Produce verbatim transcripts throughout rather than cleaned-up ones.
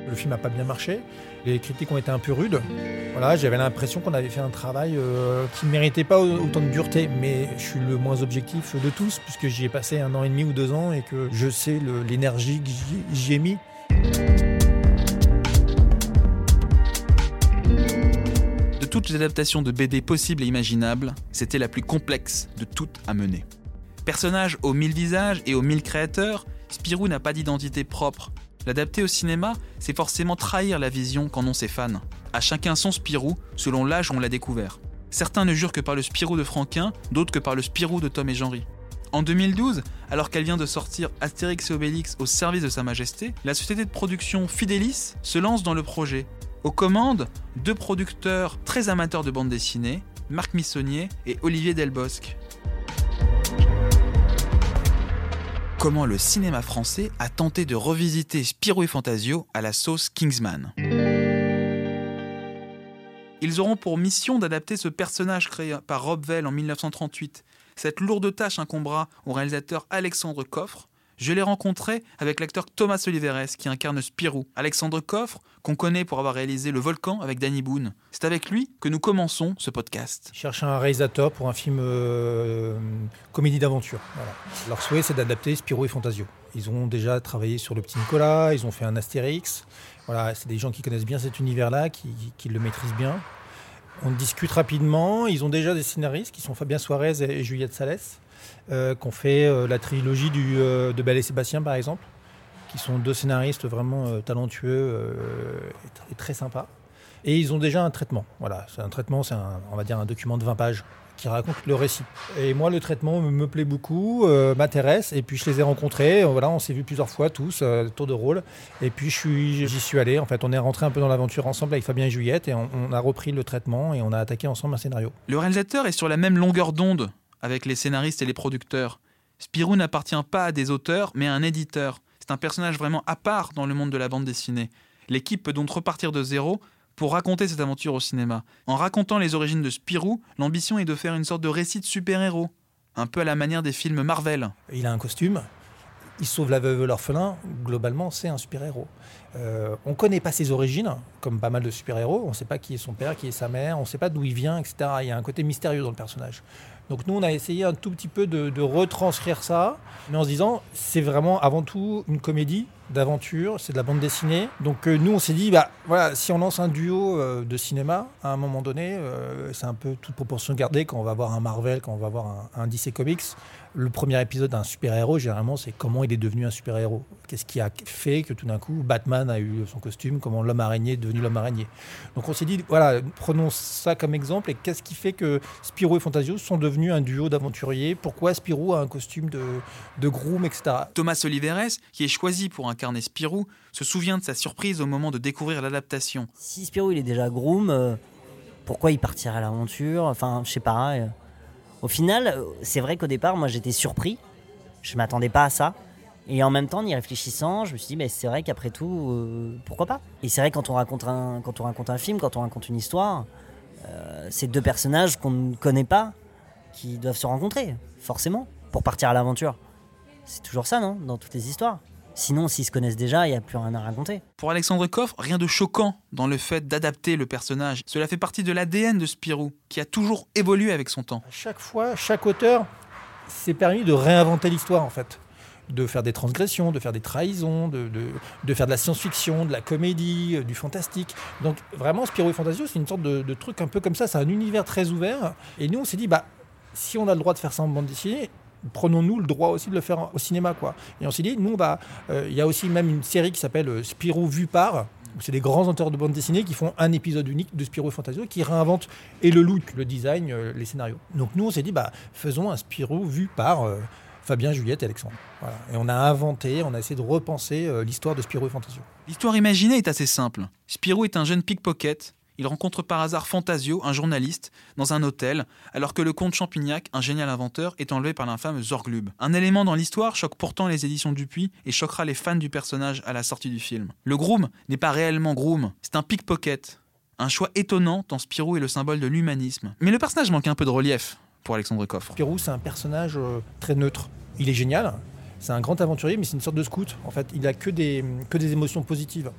Le film n'a pas bien marché, les critiques ont été un peu rudes. Voilà, j'avais l'impression qu'on avait fait un travail euh, qui ne méritait pas autant de dureté, mais je suis le moins objectif de tous, puisque j'y ai passé un an et demi ou deux ans et que je sais le, l'énergie que j'y, j'y ai mis. De toutes les adaptations de B D possibles et imaginables, c'était la plus complexe de toutes à mener. Personnage aux mille visages et aux mille créateurs, Spirou n'a pas d'identité propre. L'adapter au cinéma, c'est forcément trahir la vision qu'en ont ses fans. À chacun son Spirou, selon l'âge où on l'a découvert. Certains ne jurent que par le Spirou de Franquin, d'autres que par le Spirou de Tom et Jean-Ry. En deux mille douze, alors qu'elle vient de sortir Astérix et Obélix au service de Sa Majesté, la société de production Fidelis se lance dans le projet. Aux commandes, deux producteurs très amateurs de bande dessinée, Marc Missonnier et Olivier Delbosque. Comment le cinéma français a tenté de revisiter Spirou et Fantasio à la sauce Kingsman. Ils auront pour mission d'adapter ce personnage créé par Rob Vell en dix-neuf cent trente-huit. Cette lourde tâche incombera au réalisateur Alexandre Coffre. Je l'ai rencontré avec l'acteur Thomas Oliveres qui incarne Spirou. Alexandre Coffre, qu'on connaît pour avoir réalisé Le Volcan avec Danny Boone. C'est avec lui que nous commençons ce podcast. Je cherche un réalisateur pour un film euh, comédie d'aventure. Voilà. Leur souhait, c'est d'adapter Spirou et Fantasio. Ils ont déjà travaillé sur Le Petit Nicolas, ils ont fait un Astérix. Voilà, c'est des gens qui connaissent bien cet univers-là, qui, qui le maîtrisent bien. On discute rapidement. Ils ont déjà des scénaristes qui sont Fabien Suarez et Juliette Salès. Euh, qu'on fait euh, la trilogie du, euh, de Belle et Sébastien par exemple, qui sont deux scénaristes vraiment euh, talentueux euh, et, t- et très sympas. Et ils ont déjà un traitement. Voilà, c'est un traitement, c'est un, on va dire un document de vingt pages qui raconte le récit. Et moi, le traitement me, me plaît beaucoup, euh, m'intéresse. Et puis je les ai rencontrés. Euh, voilà, on s'est vus plusieurs fois tous, euh, tour de rôle. Et puis je suis, j'y suis allé. En fait, on est rentré un peu dans l'aventure ensemble avec Fabien et Juliette, et on, on a repris le traitement et on a attaqué ensemble un scénario. Le réalisateur est sur la même longueur d'onde avec les scénaristes et les producteurs. Spirou n'appartient pas à des auteurs, mais à un éditeur. C'est un personnage vraiment à part dans le monde de la bande dessinée. L'équipe peut donc repartir de zéro pour raconter cette aventure au cinéma. En racontant les origines de Spirou, l'ambition est de faire une sorte de récit de super-héros, un peu à la manière des films Marvel. Il a un costume, il sauve la veuve et l'orphelin, globalement c'est un super-héros. Euh, on ne connaît pas ses origines, comme pas mal de super-héros, on ne sait pas qui est son père, qui est sa mère, on ne sait pas d'où il vient, et cetera. Il y a un côté mystérieux dans le personnage. Donc nous, on a essayé un tout petit peu de, de retranscrire ça, mais en se disant, c'est vraiment avant tout une comédie d'aventure, c'est de la bande dessinée. Donc euh, nous, on s'est dit, bah, voilà, si on lance un duo euh, de cinéma, à un moment donné, euh, c'est un peu toute proportion gardée quand on va voir un Marvel, quand on va voir un, un D C Comics. Le premier épisode d'un super-héros, généralement, c'est comment il est devenu un super-héros. Qu'est-ce qui a fait que tout d'un coup, Batman a eu son costume, comment l'homme araignée est devenu l'homme araignée. Donc on s'est dit, voilà, prenons ça comme exemple, et qu'est-ce qui fait que Spirou et Fantasio sont devenus un duo d'aventuriers? Pourquoi Spirou a un costume de, de groom, et cetera. Thomas Oliveres, qui est choisi pour incarner Spirou, se souvient de sa surprise au moment de découvrir l'adaptation. Si Spirou il est déjà groom, euh, pourquoi il partirait à l'aventure? Enfin, je sais pas. Euh, au final, c'est vrai qu'au départ, moi j'étais surpris. Je m'attendais pas à ça. Et en même temps, en y réfléchissant, je me suis dit, mais c'est vrai qu'après tout, euh, pourquoi pas? Et c'est vrai quand on raconte un, quand on raconte un film, quand on raconte une histoire, euh, c'est deux personnages qu'on ne connaît pas qui doivent se rencontrer, forcément, pour partir à l'aventure. C'est toujours ça, non? Dans toutes les histoires. Sinon, s'ils se connaissent déjà, il n'y a plus rien à raconter. Pour Alexandre Coffre, rien de choquant dans le fait d'adapter le personnage. Cela fait partie de l'A D N de Spirou, qui a toujours évolué avec son temps. À chaque fois, chaque auteur s'est permis de réinventer l'histoire, en fait. De faire des transgressions, de faire des trahisons, de, de, de faire de la science-fiction, de la comédie, euh, du fantastique. Donc vraiment, Spirou et Fantasio, c'est une sorte de, de truc un peu comme ça. C'est un univers très ouvert. Et nous, on s'est dit, bah, si on a le droit de faire ça en bande dessinée, prenons-nous le droit aussi de le faire au cinéma, quoi. Et on s'est dit, nous, bah, euh, y a aussi même une série qui s'appelle euh, Spirou vu par. C'est des grands auteurs de bande dessinée qui font un épisode unique de Spirou et Fantasio, qui réinventent et le look, le design, euh, les scénarios. Donc nous, on s'est dit, bah, faisons un Spirou vu par euh, Fabien, Juliette et Alexandre. Voilà. Et on a inventé, on a essayé de repenser euh, l'histoire de Spirou et Fantasio. L'histoire imaginée est assez simple. Spirou est un jeune pickpocket. Il rencontre par hasard Fantasio, un journaliste, dans un hôtel, alors que le comte Champignac, un génial inventeur, est enlevé par l'infâme Zorglub. Un élément dans l'histoire choque pourtant les éditions Dupuis et choquera les fans du personnage à la sortie du film. Le groom n'est pas réellement groom, c'est un pickpocket. Un choix étonnant tant Spirou est le symbole de l'humanisme. Mais le personnage manque un peu de relief pour Alexandre Coffre. Spirou, c'est un personnage euh, très neutre. Il est génial, c'est un grand aventurier, mais c'est une sorte de scout. En fait, il a que des, que des émotions positives.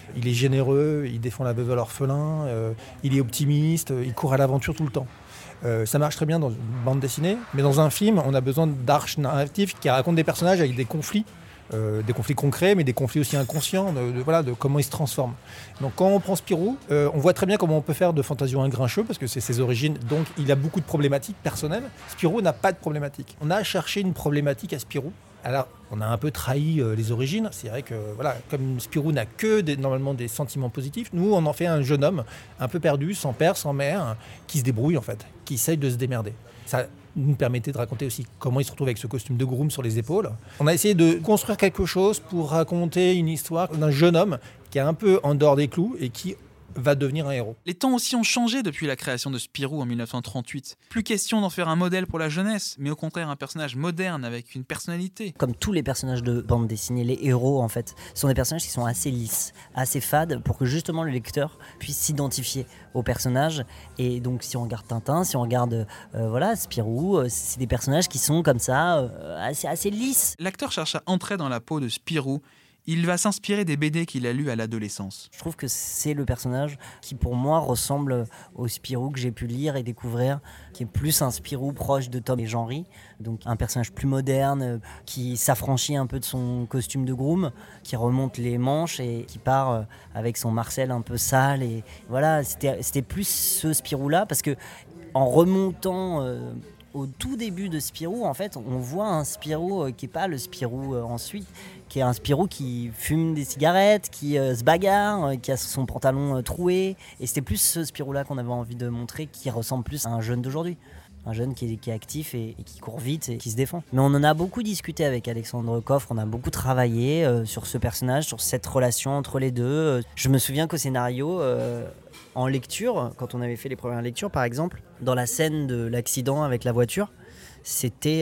Il est généreux, il défend la veuve et l'orphelin, euh, il est optimiste, euh, il court à l'aventure tout le temps. Euh, ça marche très bien dans une bande dessinée, mais dans un film, on a besoin d'arches narratives qui racontent des personnages avec des conflits. Euh, des conflits concrets, mais des conflits aussi inconscients, de, de, voilà, de comment ils se transforment. Donc quand on prend Spirou, euh, on voit très bien comment on peut faire de Fantasio un grincheux, parce que c'est ses origines, donc il a beaucoup de problématiques personnelles. Spirou n'a pas de problématique. On a cherché une problématique à Spirou. Alors, on a un peu trahi euh, les origines. C'est vrai que, voilà, comme Spirou n'a que des, normalement des sentiments positifs, nous, on en fait un jeune homme un peu perdu, sans père, sans mère, qui se débrouille, en fait, qui essaye de se démerder. Ça nous permettait de raconter aussi comment il se retrouve avec ce costume de groom sur les épaules. On a essayé de construire quelque chose pour raconter une histoire d'un jeune homme qui est un peu en dehors des clous et qui va devenir un héros. Les temps aussi ont changé depuis la création de Spirou en dix-neuf cent trente-huit. Plus question d'en faire un modèle pour la jeunesse, mais au contraire un personnage moderne avec une personnalité. Comme tous les personnages de bande dessinée, les héros en fait, sont des personnages qui sont assez lisses, assez fades, pour que justement le lecteur puisse s'identifier aux personnages. Et donc si on regarde Tintin, si on regarde euh, voilà, Spirou, euh, c'est des personnages qui sont comme ça, euh, assez, assez lisses. L'acteur cherche à entrer dans la peau de Spirou. Il va s'inspirer des B D qu'il a lus à l'adolescence. Je trouve que c'est le personnage qui, pour moi, ressemble au Spirou que j'ai pu lire et découvrir, qui est plus un Spirou proche de Tom et Jean-Ry, donc un personnage plus moderne, qui s'affranchit un peu de son costume de groom, qui remonte les manches et qui part avec son Marcel un peu sale. Et voilà, c'était, c'était plus ce Spirou-là, parce que en remontant... Euh, au tout début de Spirou, en fait, on voit un Spirou qui n'est pas le Spirou euh, ensuite, qui est un Spirou qui fume des cigarettes, qui euh, se bagarre, euh, qui a son pantalon euh, troué. Et c'était plus ce Spirou-là qu'on avait envie de montrer, qui ressemble plus à un jeune d'aujourd'hui. Un jeune qui est, qui est actif et, et qui court vite et qui se défend. Mais on en a beaucoup discuté avec Alexandre Coffre, on a beaucoup travaillé euh, sur ce personnage, sur cette relation entre les deux. Je me souviens qu'au scénario... Euh, En lecture, quand on avait fait les premières lectures, par exemple, dans la scène de l'accident avec la voiture, c'était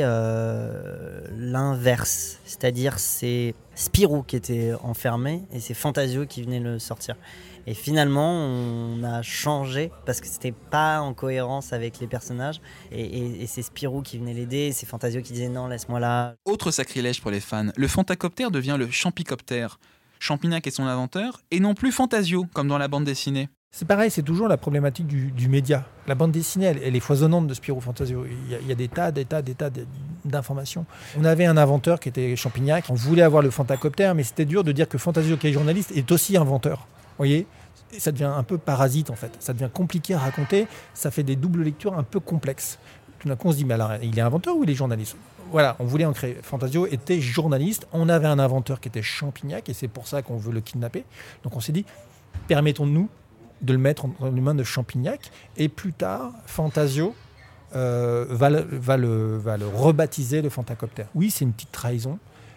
euh, l'inverse. C'est-à-dire, c'est Spirou qui était enfermé et c'est Fantasio qui venait le sortir. Et finalement, on a changé parce que c'était pas en cohérence avec les personnages. Et, et, et c'est Spirou qui venait l'aider, et c'est Fantasio qui disait non, laisse-moi là. Autre sacrilège pour les fans, le Fantacoptère devient le Champicoptère. Champignac est son inventeur, et non plus Fantasio, comme dans la bande dessinée. C'est pareil, c'est toujours la problématique du, du média. La bande dessinée, elle, elle est foisonnante de Spirou Fantasio. Il y, a, il y a des tas, des tas, des tas d'informations. On avait un inventeur qui était Champignac. On voulait avoir le Fantacoptère, mais c'était dur de dire que Fantasio, qui est journaliste, est aussi inventeur. Vous voyez ? Et ça devient un peu parasite, en fait. Ça devient compliqué à raconter. Ça fait des doubles lectures un peu complexes. Tout d'un coup, on se dit, mais alors, il est inventeur ou il est journaliste ? Voilà, on voulait en créer. Fantasio était journaliste. On avait un inventeur qui était Champignac, et c'est pour ça qu'on veut le kidnapper. Donc on s'est dit, permettons-nous de le mettre dans les mains de Champignac, et plus tard, Fantasio euh, va, le, va, le, va le rebaptiser le Fantacoptère. Oui, c'est une petite trahison.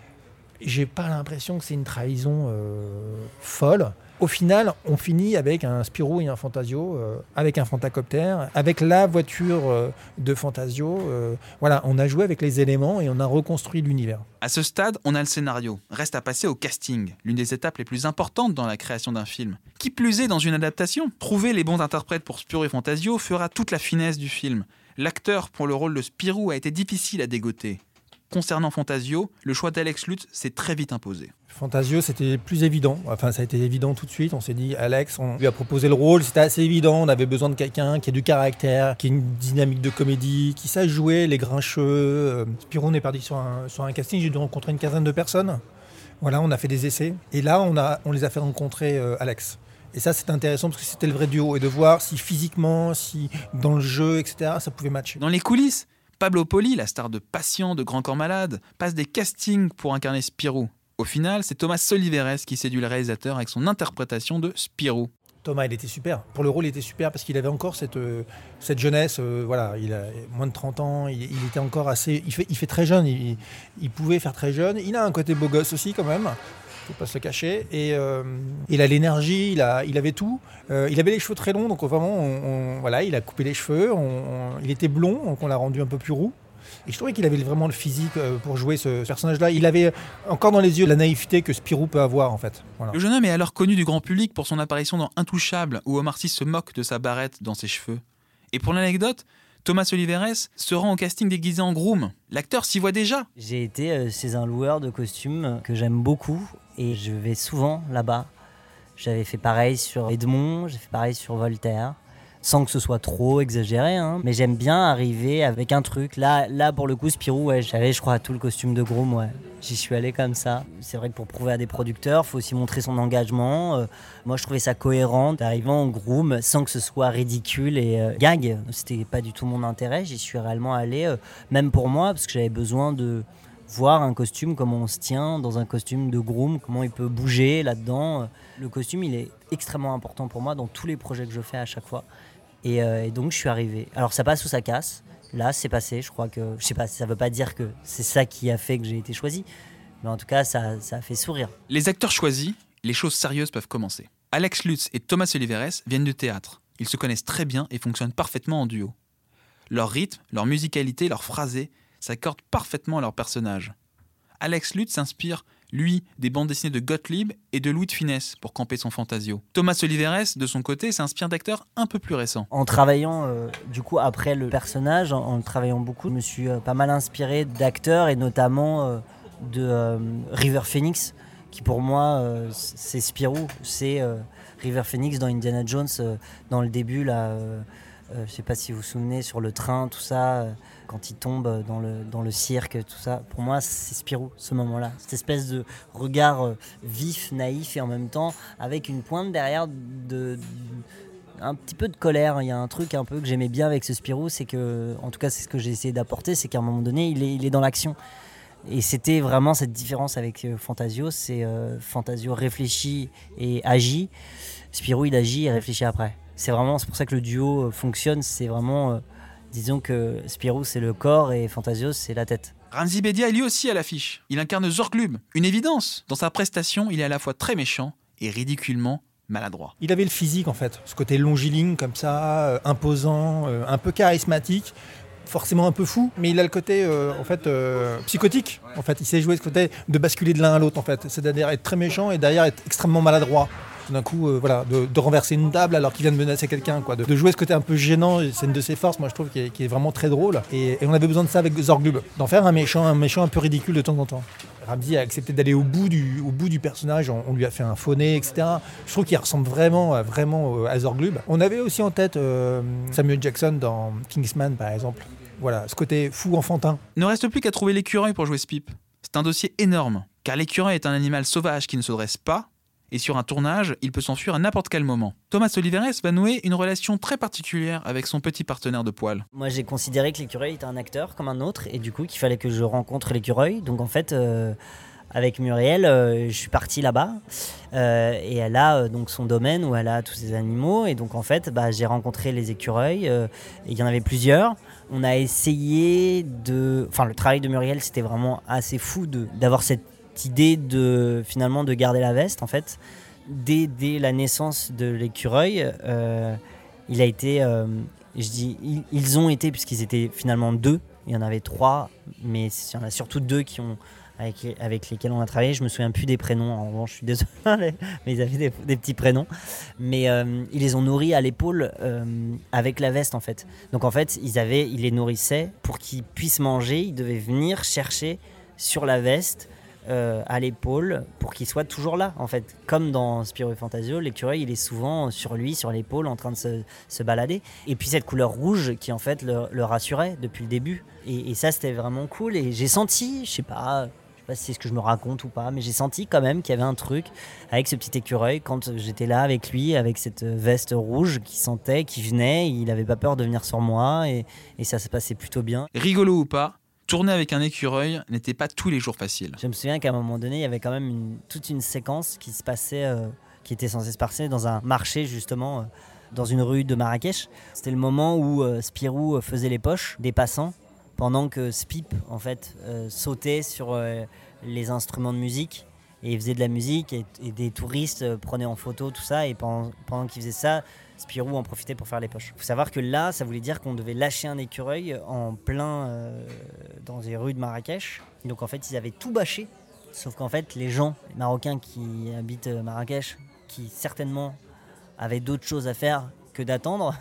J'ai pas l'impression que c'est une trahison euh, folle. Au final, on finit avec un Spirou et un Fantasio, euh, avec un Fantacoptère, avec la voiture euh, de Fantasio. Euh, voilà, on a joué avec les éléments et on a reconstruit l'univers. À ce stade, on a le scénario. Reste à passer au casting, l'une des étapes les plus importantes dans la création d'un film. Qui plus est dans une adaptation. Trouver les bons interprètes pour Spirou et Fantasio fera toute la finesse du film. L'acteur pour le rôle de Spirou a été difficile à dégoter. Concernant Fantasio, le choix d'Alex Lutz s'est très vite imposé. Fantasio, c'était plus évident. Enfin, ça a été évident tout de suite. On s'est dit, Alex, on lui a proposé le rôle. C'était assez évident. On avait besoin de quelqu'un qui ait du caractère, qui ait une dynamique de comédie, qui sache jouer les grincheux. Spirou, on est parti sur un, sur un casting. J'ai dû rencontrer une quinzaine de personnes. Voilà, on a fait des essais. Et là, on, a, on les a fait rencontrer euh, Alex. Et ça, c'était intéressant parce que c'était le vrai duo. Et de voir si physiquement, si dans le jeu, et cetera, ça pouvait matcher. Dans les coulisses, Pablo Poli, la star de Patient, de Grand Corps Malade, passe des castings pour incarner Spirou. Au final, c'est Thomas Soliveres qui séduit le réalisateur avec son interprétation de Spirou. Thomas, il était super. Pour le rôle, il était super parce qu'il avait encore cette, euh, cette jeunesse. Euh, voilà, il a moins de trente ans. Il, il était encore assez... Il fait, il fait très jeune. Il, il pouvait faire très jeune. Il a un côté beau gosse aussi, quand même. Il ne faut pas se le cacher. Et, euh, il a l'énergie, il, a, il avait tout. Euh, il avait les cheveux très longs, donc vraiment, on, on, voilà, il a coupé les cheveux. On, on, il était blond, donc on l'a rendu un peu plus roux. Et je trouvais qu'il avait vraiment le physique pour jouer ce personnage-là. Il avait encore dans les yeux la naïveté que Spirou peut avoir, en fait. Voilà. Le jeune homme est alors connu du grand public pour son apparition dans Intouchable, où Omar Sy se moque de sa barrette dans ses cheveux. Et pour l'anecdote, Thomas Soliveres se rend au casting déguisé en groom. L'acteur s'y voit déjà. J'ai été euh, chez un loueur de costumes que j'aime beaucoup et je vais souvent là-bas. J'avais fait pareil sur Edmond, j'ai fait pareil sur Voltaire, sans que ce soit trop exagéré, hein. Mais j'aime bien arriver avec un truc. Là, là pour le coup, Spirou, ouais, j'avais, je crois, tout le costume de Groom, ouais. J'y suis allé comme ça. C'est vrai que pour prouver à des producteurs, il faut aussi montrer son engagement. Euh, moi, je trouvais ça cohérent d'arriver en Groom sans que ce soit ridicule et euh, gag. C'était pas du tout mon intérêt. J'y suis réellement allé, euh, même pour moi, parce que j'avais besoin de voir un costume, comment on se tient dans un costume de Groom, comment il peut bouger là-dedans. Le costume, il est extrêmement important pour moi dans tous les projets que je fais à chaque fois. Et, euh, et donc, je suis arrivé. Alors, ça passe ou ça casse. Là, c'est passé. Je crois que, je sais pas, ça veut pas dire que c'est ça qui a fait que j'ai été choisi. Mais en tout cas, ça, ça a fait sourire. Les acteurs choisis, les choses sérieuses peuvent commencer. Alex Lutz et Thomas Oliveres viennent du théâtre. Ils se connaissent très bien et fonctionnent parfaitement en duo. Leur rythme, leur musicalité, leur phrasé s'accordent parfaitement à leur personnage. Alex Lutz s'inspire, lui, des bandes dessinées de Gottlieb et de Louis de Funès pour camper son fantasio. Thomas Oliveres, de son côté, s'inspire d'acteurs un peu plus récents. En travaillant, euh, du coup, après le personnage, en, en travaillant beaucoup, je me suis euh, pas mal inspiré d'acteurs et notamment euh, de euh, River Phoenix, qui pour moi, euh, c'est Spirou. C'est euh, River Phoenix dans Indiana Jones, euh, dans le début, là... Euh, Euh, je sais pas si vous vous souvenez, sur le train, tout ça, euh, quand il tombe dans le, dans le cirque, tout ça. Pour moi, c'est Spirou, ce moment-là. Cette espèce de regard euh, vif, naïf et en même temps avec une pointe derrière de, de, un petit peu de colère. Il y a un truc un peu que j'aimais bien avec ce Spirou, c'est que, en tout cas, c'est ce que j'ai essayé d'apporter, c'est qu'à un moment donné, il est, il est dans l'action. Et c'était vraiment cette différence avec euh, Fantasio, c'est euh, Fantasio réfléchit et agit. Spirou, il agit et réfléchit après. C'est vraiment, c'est pour ça que le duo fonctionne. C'est vraiment, euh, disons que Spirou c'est le corps et Fantasio c'est la tête. Ramzi Bedia est lui aussi à l'affiche. Il incarne Zorglub, une évidence. Dans sa prestation, il est à la fois très méchant et ridiculement maladroit. Il avait le physique en fait, ce côté longiligne comme ça, euh, imposant, euh, un peu charismatique. Forcément un peu fou, mais il a le côté euh, en fait euh, psychotique. En fait, il sait jouer ce côté de basculer de l'un à l'autre en fait. C'est-à-dire être très méchant et derrière être extrêmement maladroit. D'un coup, euh, voilà, de, de renverser une table alors qu'il vient de menacer quelqu'un, quoi. De, de jouer ce côté un peu gênant, c'est une de ses forces, moi je trouve, qui est, qui est vraiment très drôle. Et, et on avait besoin de ça avec Zorglub, d'en faire un méchant, un méchant un peu ridicule de temps en temps. Ramzi a accepté d'aller au bout du, au bout du personnage, on, on lui a fait un faux nez, et cetera. Je trouve qu'il ressemble vraiment, vraiment à Zorglub. On avait aussi en tête euh, Samuel Jackson dans Kingsman, par exemple. Voilà, ce côté fou enfantin. Il ne reste plus qu'à trouver l'écureuil pour jouer Spip. C'est un dossier énorme, car l'écureuil est un animal sauvage qui ne se dresse pas, et sur un tournage, il peut s'enfuir à n'importe quel moment. Thomas Oliveres va nouer une relation très particulière avec son petit partenaire de poil. Moi, j'ai considéré que l'écureuil était un acteur comme un autre, et du coup, qu'il fallait que je rencontre l'écureuil. Donc, en fait, euh, avec Muriel, euh, je suis parti là-bas, euh, et elle a euh, donc son domaine où elle a tous ses animaux. Et donc, en fait, bah, j'ai rencontré les écureuils, euh, et il y en avait plusieurs. On a essayé de... Enfin, le travail de Muriel, c'était vraiment assez fou de, d'avoir cette idée de finalement de garder la veste en fait dès, dès la naissance de l'écureuil. Euh, il a été euh, je dis ils, ils ont été puisqu'ils étaient finalement deux, il y en avait trois mais il y en a surtout deux qui ont avec, avec lesquels on a travaillé. Je me souviens plus des prénoms, en revanche je suis désolé mais ils avaient des, des petits prénoms, mais euh, ils les ont nourris à l'épaule euh, avec la veste en fait. Donc en fait ils, avaient, ils les nourrissaient pour qu'ils puissent manger, ils devaient venir chercher sur la veste Euh, à l'épaule pour qu'il soit toujours là en fait, comme dans Spirou et Fantasio, l'écureuil il est souvent sur lui, sur l'épaule en train de se, se balader, et puis cette couleur rouge qui en fait le, le rassurait depuis le début, et, et ça c'était vraiment cool. Et j'ai senti, je sais pas je sais pas si c'est ce que je me raconte ou pas, mais j'ai senti quand même qu'il y avait un truc avec ce petit écureuil quand j'étais là avec lui, avec cette veste rouge qui sentait, qui venait, il avait pas peur de venir sur moi, et, et ça se passait plutôt bien. Rigolo ou pas, tourner avec un écureuil n'était pas tous les jours facile. Je me souviens qu'à un moment donné, il y avait quand même une, toute une séquence qui se passait, euh, qui était censée se passer dans un marché justement, euh, dans une rue de Marrakech. C'était le moment où euh, Spirou faisait les poches des passants, pendant que Spip en fait euh, sautait sur euh, les instruments de musique et il faisait de la musique, et, et des touristes euh, prenaient en photo tout ça, et pendant, pendant qu'il faisait ça, Spirou en profitait pour faire les poches. Il faut savoir que là, ça voulait dire qu'on devait lâcher un écureuil en plein euh, dans les rues de Marrakech. Donc en fait, ils avaient tout bâché. Sauf qu'en fait, les gens les Marocains qui habitent Marrakech, qui certainement avaient d'autres choses à faire que d'attendre,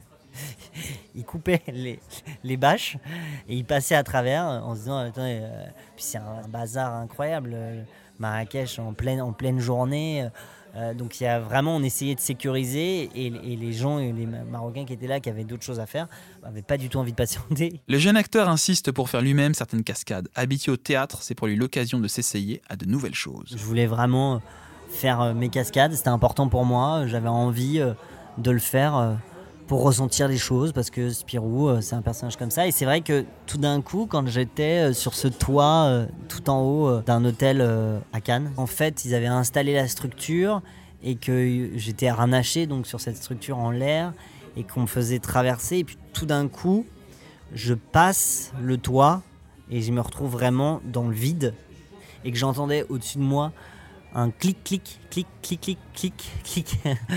ils coupaient les, les bâches et ils passaient à travers en se disant attendez, euh... puis c'est un bazar incroyable. Marrakech en pleine, en pleine journée, Euh, donc il y a vraiment, on essayait de sécuriser et, et les gens, et les Marocains qui étaient là, qui avaient d'autres choses à faire, n'avaient pas du tout envie de patienter. Le jeune acteur insiste pour faire lui-même certaines cascades. Habitué au théâtre, c'est pour lui l'occasion de s'essayer à de nouvelles choses. Je voulais vraiment faire euh, mes cascades, c'était important pour moi, j'avais envie euh, de le faire euh, pour ressentir les choses, parce que Spirou, euh, c'est un personnage comme ça. Et c'est vrai que tout d'un coup, quand j'étais euh, sur ce toit, euh, tout en haut euh, d'un hôtel euh, à Cannes, en fait, ils avaient installé la structure et que j'étais harnaché donc, sur cette structure en l'air et qu'on me faisait traverser. Et puis tout d'un coup, je passe le toit et je me retrouve vraiment dans le vide et que j'entendais au-dessus de moi un clic, clic, clic, clic, clic, clic, clic,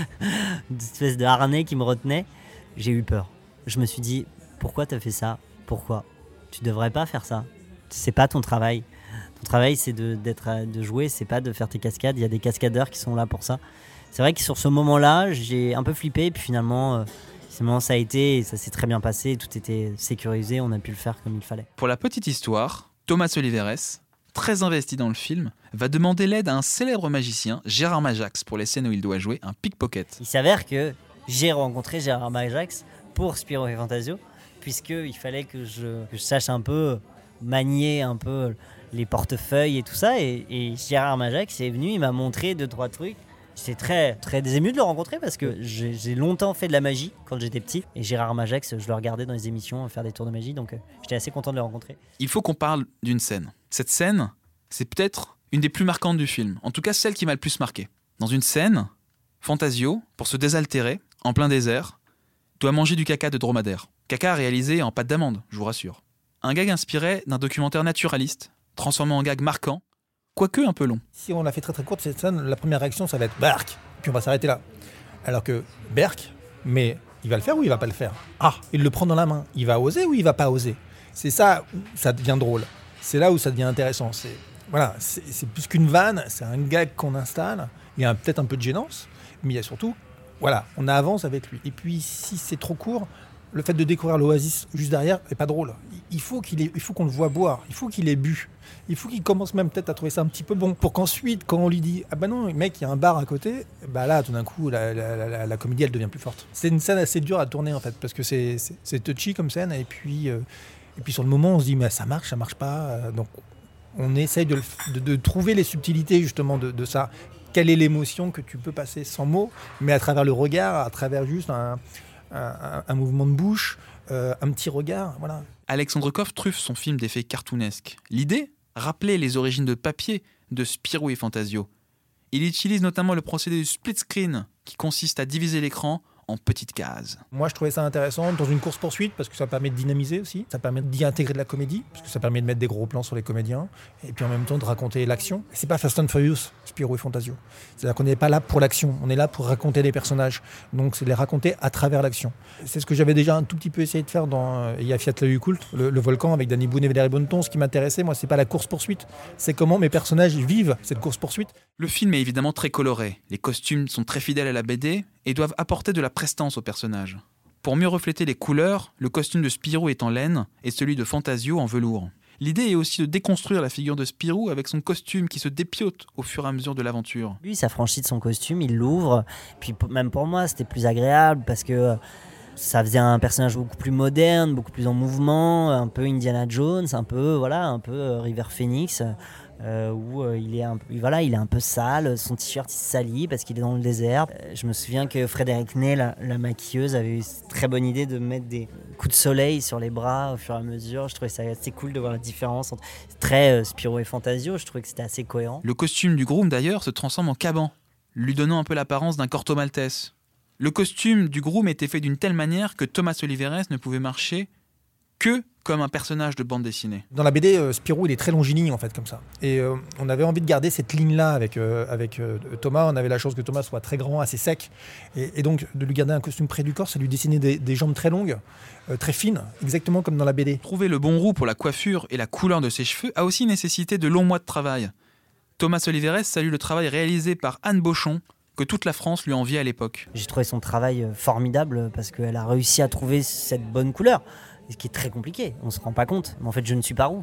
une espèce de harnais qui me retenait. J'ai eu peur. Je me suis dit, pourquoi t'as fait ça ? Pourquoi ? Tu devrais pas faire ça. C'est pas ton travail. Ton travail, c'est de, d'être, de jouer, c'est pas de faire tes cascades. Il y a des cascadeurs qui sont là pour ça. C'est vrai que sur ce moment-là, j'ai un peu flippé, puis finalement, euh, finalement ça a été, ça s'est très bien passé, tout était sécurisé, on a pu le faire comme il fallait. Pour la petite histoire, Thomas Oliveres, très investi dans le film, va demander l'aide à un célèbre magicien, Gérard Majax, pour les scènes où il doit jouer un pickpocket. Il s'avère que j'ai rencontré Gérard Majax pour Spirou et Fantasio, puisqu'il fallait que je, que je sache un peu manier un peu les portefeuilles et tout ça, et, et Gérard Majax est venu, il m'a montré deux, trois trucs. J'étais très, très ému de le rencontrer parce que j'ai, j'ai longtemps fait de la magie quand j'étais petit. Et Gérard Majax, je le regardais dans les émissions faire des tours de magie, donc euh, j'étais assez content de le rencontrer. Il faut qu'on parle d'une scène. Cette scène, c'est peut-être une des plus marquantes du film. En tout cas, celle qui m'a le plus marqué. Dans une scène, Fantasio, pour se désaltérer, en plein désert, doit manger du caca de dromadaire. Caca réalisé en pâte d'amande, je vous rassure. Un gag inspiré d'un documentaire naturaliste, transformé en gag marquant, quoique un peu long. Si on la fait très très courte cette scène, la première réaction ça va être Berk, puis on va s'arrêter là. Alors que Berk, mais il va le faire ou il va pas le faire ? Ah, il le prend dans la main, il va oser ou il va pas oser ? C'est ça où ça devient drôle. C'est là où ça devient intéressant. C'est, voilà, c'est, c'est plus qu'une vanne, c'est un gag qu'on installe. Il y a peut-être un peu de gênance, mais il y a surtout, voilà, on avance avec lui. Et puis si c'est trop court, le fait de découvrir l'oasis juste derrière n'est pas drôle. Il faut, qu'il ait, il faut qu'on le voit boire, il faut qu'il ait bu. Il faut qu'il commence même peut-être à trouver ça un petit peu bon. Pour qu'ensuite, quand on lui dit « Ah bah non, mec, il y a un bar à côté », bah là, tout d'un coup, la, la, la, la comédie, elle devient plus forte. C'est une scène assez dure à tourner, en fait, parce que c'est, c'est, c'est touchy comme scène. Et puis, euh, et puis sur le moment, on se dit « Mais ça marche, ça marche pas ». Donc, on essaye de, de, de trouver les subtilités, justement, de, de ça. Quelle est l'émotion que tu peux passer sans mots, mais à travers le regard, à travers juste un, un, un, un mouvement de bouche, euh, un petit regard, voilà. Alexandre Coff truffe son film d'effets cartoonesques. L'idée ? Rappeler les origines de papier de Spirou et Fantasio. Il utilise notamment le procédé du split screen, qui consiste à diviser l'écran en petites cases. Moi, je trouvais ça intéressant dans une course-poursuite parce que ça permet de dynamiser aussi, ça permet d'y intégrer de la comédie, parce que ça permet de mettre des gros plans sur les comédiens, et puis en même temps de raconter l'action. Et c'est pas Fast and Furious, Spirou et Fantasio. C'est-à-dire qu'on n'est pas là pour l'action, on est là pour raconter des personnages. Donc c'est les raconter à travers l'action. C'est ce que j'avais déjà un tout petit peu essayé de faire dans euh, Il y a Fiat le Yakult, le, le volcan avec Danny Boone et Valérie Bonneton. Ce qui m'intéressait, moi, c'est pas la course-poursuite, c'est comment mes personnages vivent cette course-poursuite. Le film est évidemment très coloré. Les costumes sont très fidèles à la B D et doivent apporter de la prestance aux personnages. Pour mieux refléter les couleurs, le costume de Spirou est en laine et celui de Fantasio en velours. L'idée est aussi de déconstruire la figure de Spirou avec son costume qui se dépiote au fur et à mesure de l'aventure. Lui, il s'affranchit de son costume, il l'ouvre. Puis même pour moi, c'était plus agréable parce que ça faisait un personnage beaucoup plus moderne, beaucoup plus en mouvement, un peu Indiana Jones, un peu voilà, un peu River Phoenix. Euh, où euh, il, est un, voilà, il est un peu sale, son t-shirt il se salit parce qu'il est dans le désert. Euh, je me souviens que Frédéric Ney, la, la maquilleuse, avait eu cette très bonne idée de mettre des coups de soleil sur les bras au fur et à mesure. Je trouvais ça assez cool de voir la différence entre très euh, Spirou et Fantasio. Je trouvais que c'était assez cohérent. Le costume du groom d'ailleurs se transforme en caban, lui donnant un peu l'apparence d'un corto maltese. Le costume du groom était fait d'une telle manière que Thomas Oliveres ne pouvait marcher que comme un personnage de bande dessinée. Dans la B D, euh, Spirou, il est très longiligne, en fait, comme ça. Et euh, on avait envie de garder cette ligne-là avec, euh, avec euh, Thomas. On avait la chance que Thomas soit très grand, assez sec. Et, et donc, de lui garder un costume près du corps, c'est lui dessiner des, des jambes très longues, euh, très fines, exactement comme dans la B D. Trouver le bon roux pour la coiffure et la couleur de ses cheveux a aussi nécessité de longs mois de travail. Thomas Oliveres salue le travail réalisé par Anne Bochon, que toute la France lui enviait à l'époque. J'ai trouvé son travail formidable parce qu'elle a réussi à trouver cette bonne couleur. Ce qui est très compliqué, on ne se rend pas compte, mais en fait je ne suis pas roux.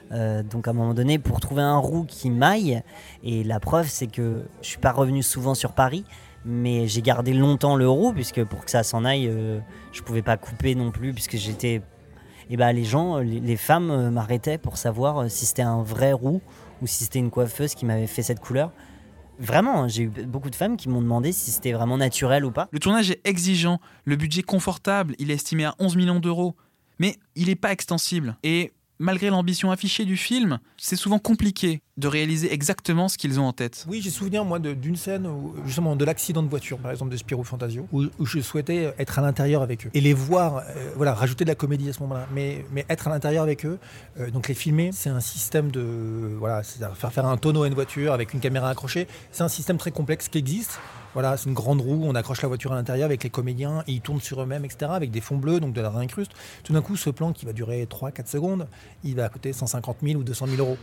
Euh, donc à un moment donné, pour trouver un roux qui m'aille, et la preuve c'est que je suis pas revenu souvent sur Paris, mais j'ai gardé longtemps le roux, puisque pour que ça s'en aille, euh, je pouvais pas couper non plus, puisque j'étais... Et bah les gens, les, les femmes euh, m'arrêtaient pour savoir euh, si c'était un vrai roux ou si c'était une coiffeuse qui m'avait fait cette couleur. Vraiment, j'ai eu beaucoup de femmes qui m'ont demandé si c'était vraiment naturel ou pas. Le tournage est exigeant, le budget confortable, il est estimé à onze millions d'euros. Mais il n'est pas extensible. Et malgré l'ambition affichée du film, c'est souvent compliqué de réaliser exactement ce qu'ils ont en tête. Oui, j'ai souvenir, moi, de, d'une scène, où, justement, de l'accident de voiture, par exemple, de Spirou Fantasio, où, où je souhaitais être à l'intérieur avec eux. Et les voir, euh, voilà, rajouter de la comédie à ce moment-là. Mais, mais être à l'intérieur avec eux, euh, donc les filmer, c'est un système de... Voilà, c'est-à-dire faire faire un tonneau à une voiture avec une caméra accrochée. C'est un système très complexe qui existe. Voilà, c'est une grande roue, on accroche la voiture à l'intérieur avec les comédiens, et ils tournent sur eux-mêmes, et cetera, avec des fonds bleus, donc de la réincruste. Tout d'un coup, ce plan qui va durer trois à quatre secondes, il va coûter cent cinquante mille ou deux cent mille euros.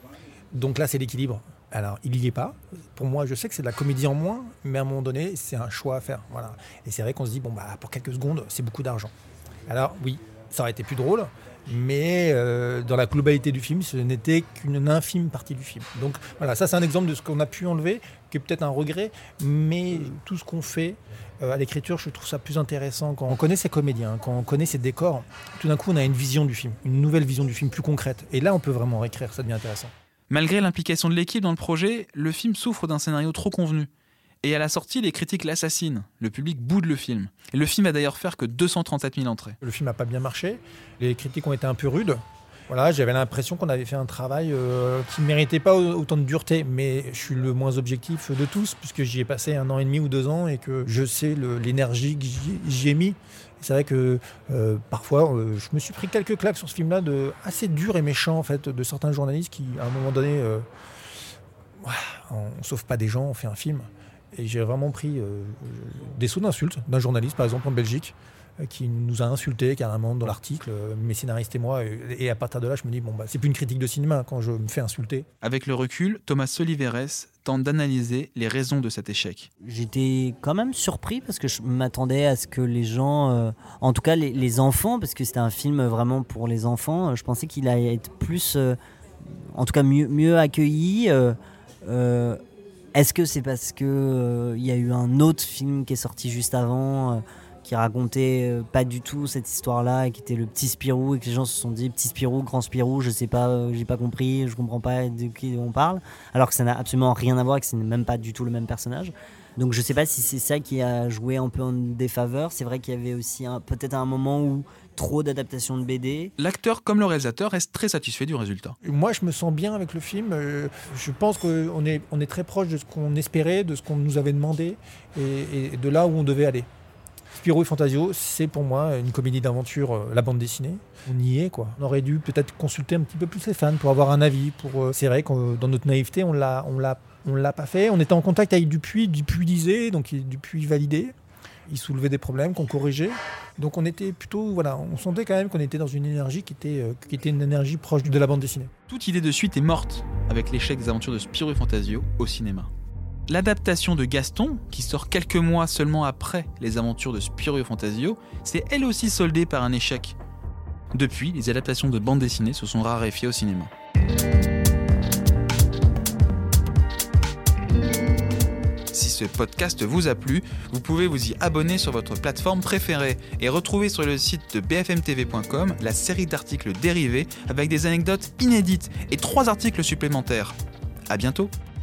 Donc là, c'est l'équilibre. Alors, il n'y est pas. Pour moi, je sais que c'est de la comédie en moins, mais à un moment donné, c'est un choix à faire. Voilà. Et c'est vrai qu'on se dit, bon, bah, pour quelques secondes, c'est beaucoup d'argent. Alors, oui, ça aurait été plus drôle, mais euh, dans la globalité du film, ce n'était qu'une infime partie du film. Donc voilà, ça c'est un exemple de ce qu'on a pu enlever, qui est peut-être un regret, mais tout ce qu'on fait euh, à l'écriture, je trouve ça plus intéressant quand on connaît ces comédiens, quand on connaît ces décors. Tout d'un coup, on a une vision du film, une nouvelle vision du film plus concrète. Et là, on peut vraiment réécrire, ça devient intéressant. Malgré l'implication de l'équipe dans le projet, le film souffre d'un scénario trop convenu. Et à la sortie, les critiques l'assassinent. Le public boude le film. Et le film va d'ailleurs faire que deux cent trente-sept mille entrées. Le film n'a pas bien marché. Les critiques ont été un peu rudes. Voilà, j'avais l'impression qu'on avait fait un travail euh, qui ne méritait pas autant de dureté. Mais je suis le moins objectif de tous, puisque j'y ai passé un an et demi ou deux ans et que je sais le, l'énergie que j'y, j'y ai mis. Et c'est vrai que euh, parfois, euh, je me suis pris quelques claques sur ce film-là, de, assez dur et méchant en fait, de certains journalistes qui, à un moment donné, euh, on ne sauve pas des gens, on fait un film. Et j'ai vraiment pris euh, des sauts d'insultes d'un journaliste, par exemple en Belgique, euh, qui nous a insultés carrément dans l'article, euh, mes scénaristes et moi. Et, et à partir de là, je me dis, bon, bah, c'est plus une critique de cinéma quand je me fais insulter. Avec le recul, Thomas Soliveres tente d'analyser les raisons de cet échec. J'étais quand même surpris parce que je m'attendais à ce que les gens, euh, en tout cas les, les enfants, parce que c'était un film vraiment pour les enfants, euh, je pensais qu'il allait être plus, euh, en tout cas mieux, mieux accueilli. Euh, euh, Est-ce que c'est parce qu'il euh, y a eu un autre film qui est sorti juste avant, euh, qui racontait euh, pas du tout cette histoire-là, et qui était le petit Spirou, et que les gens se sont dit petit Spirou, grand Spirou, je sais pas, euh, j'ai pas compris, je comprends pas de qui on parle, alors que ça n'a absolument rien à voir, que ce n'est même pas du tout le même personnage. Donc je sais pas si c'est ça qui a joué un peu en défaveur. C'est vrai qu'il y avait aussi un, peut-être un moment où trop d'adaptations de B D. L'acteur comme le réalisateur reste très satisfait du résultat. Moi, je me sens bien avec le film. Euh, je pense qu'on est, on est très proche de ce qu'on espérait, de ce qu'on nous avait demandé et, et de là où on devait aller. Spirou et Fantasio, c'est pour moi une comédie d'aventure, euh, la bande dessinée. On y est, quoi. On aurait dû peut-être consulter un petit peu plus les fans pour avoir un avis. Pour, euh, c'est vrai que dans notre naïveté, on l'a, on l'a, on l'a pas fait. On était en contact avec Dupuis, Dupuis disait, donc Dupuis validait. Il soulevait des problèmes qu'on corrigeait. Donc on était plutôt, voilà, on sentait quand même qu'on était dans une énergie qui était, euh, qui était une énergie proche de la bande dessinée. Toute idée de suite est morte avec l'échec des aventures de Spirou et Fantasio au cinéma. L'adaptation de Gaston, qui sort quelques mois seulement après les aventures de Spirou et Fantasio, s'est elle aussi soldée par un échec. Depuis, les adaptations de bande dessinée se sont raréfiées au cinéma. Si ce podcast vous a plu, vous pouvez vous y abonner sur votre plateforme préférée et retrouver sur le site de b f m t v point com la série d'articles dérivés avec des anecdotes inédites et trois articles supplémentaires. À bientôt!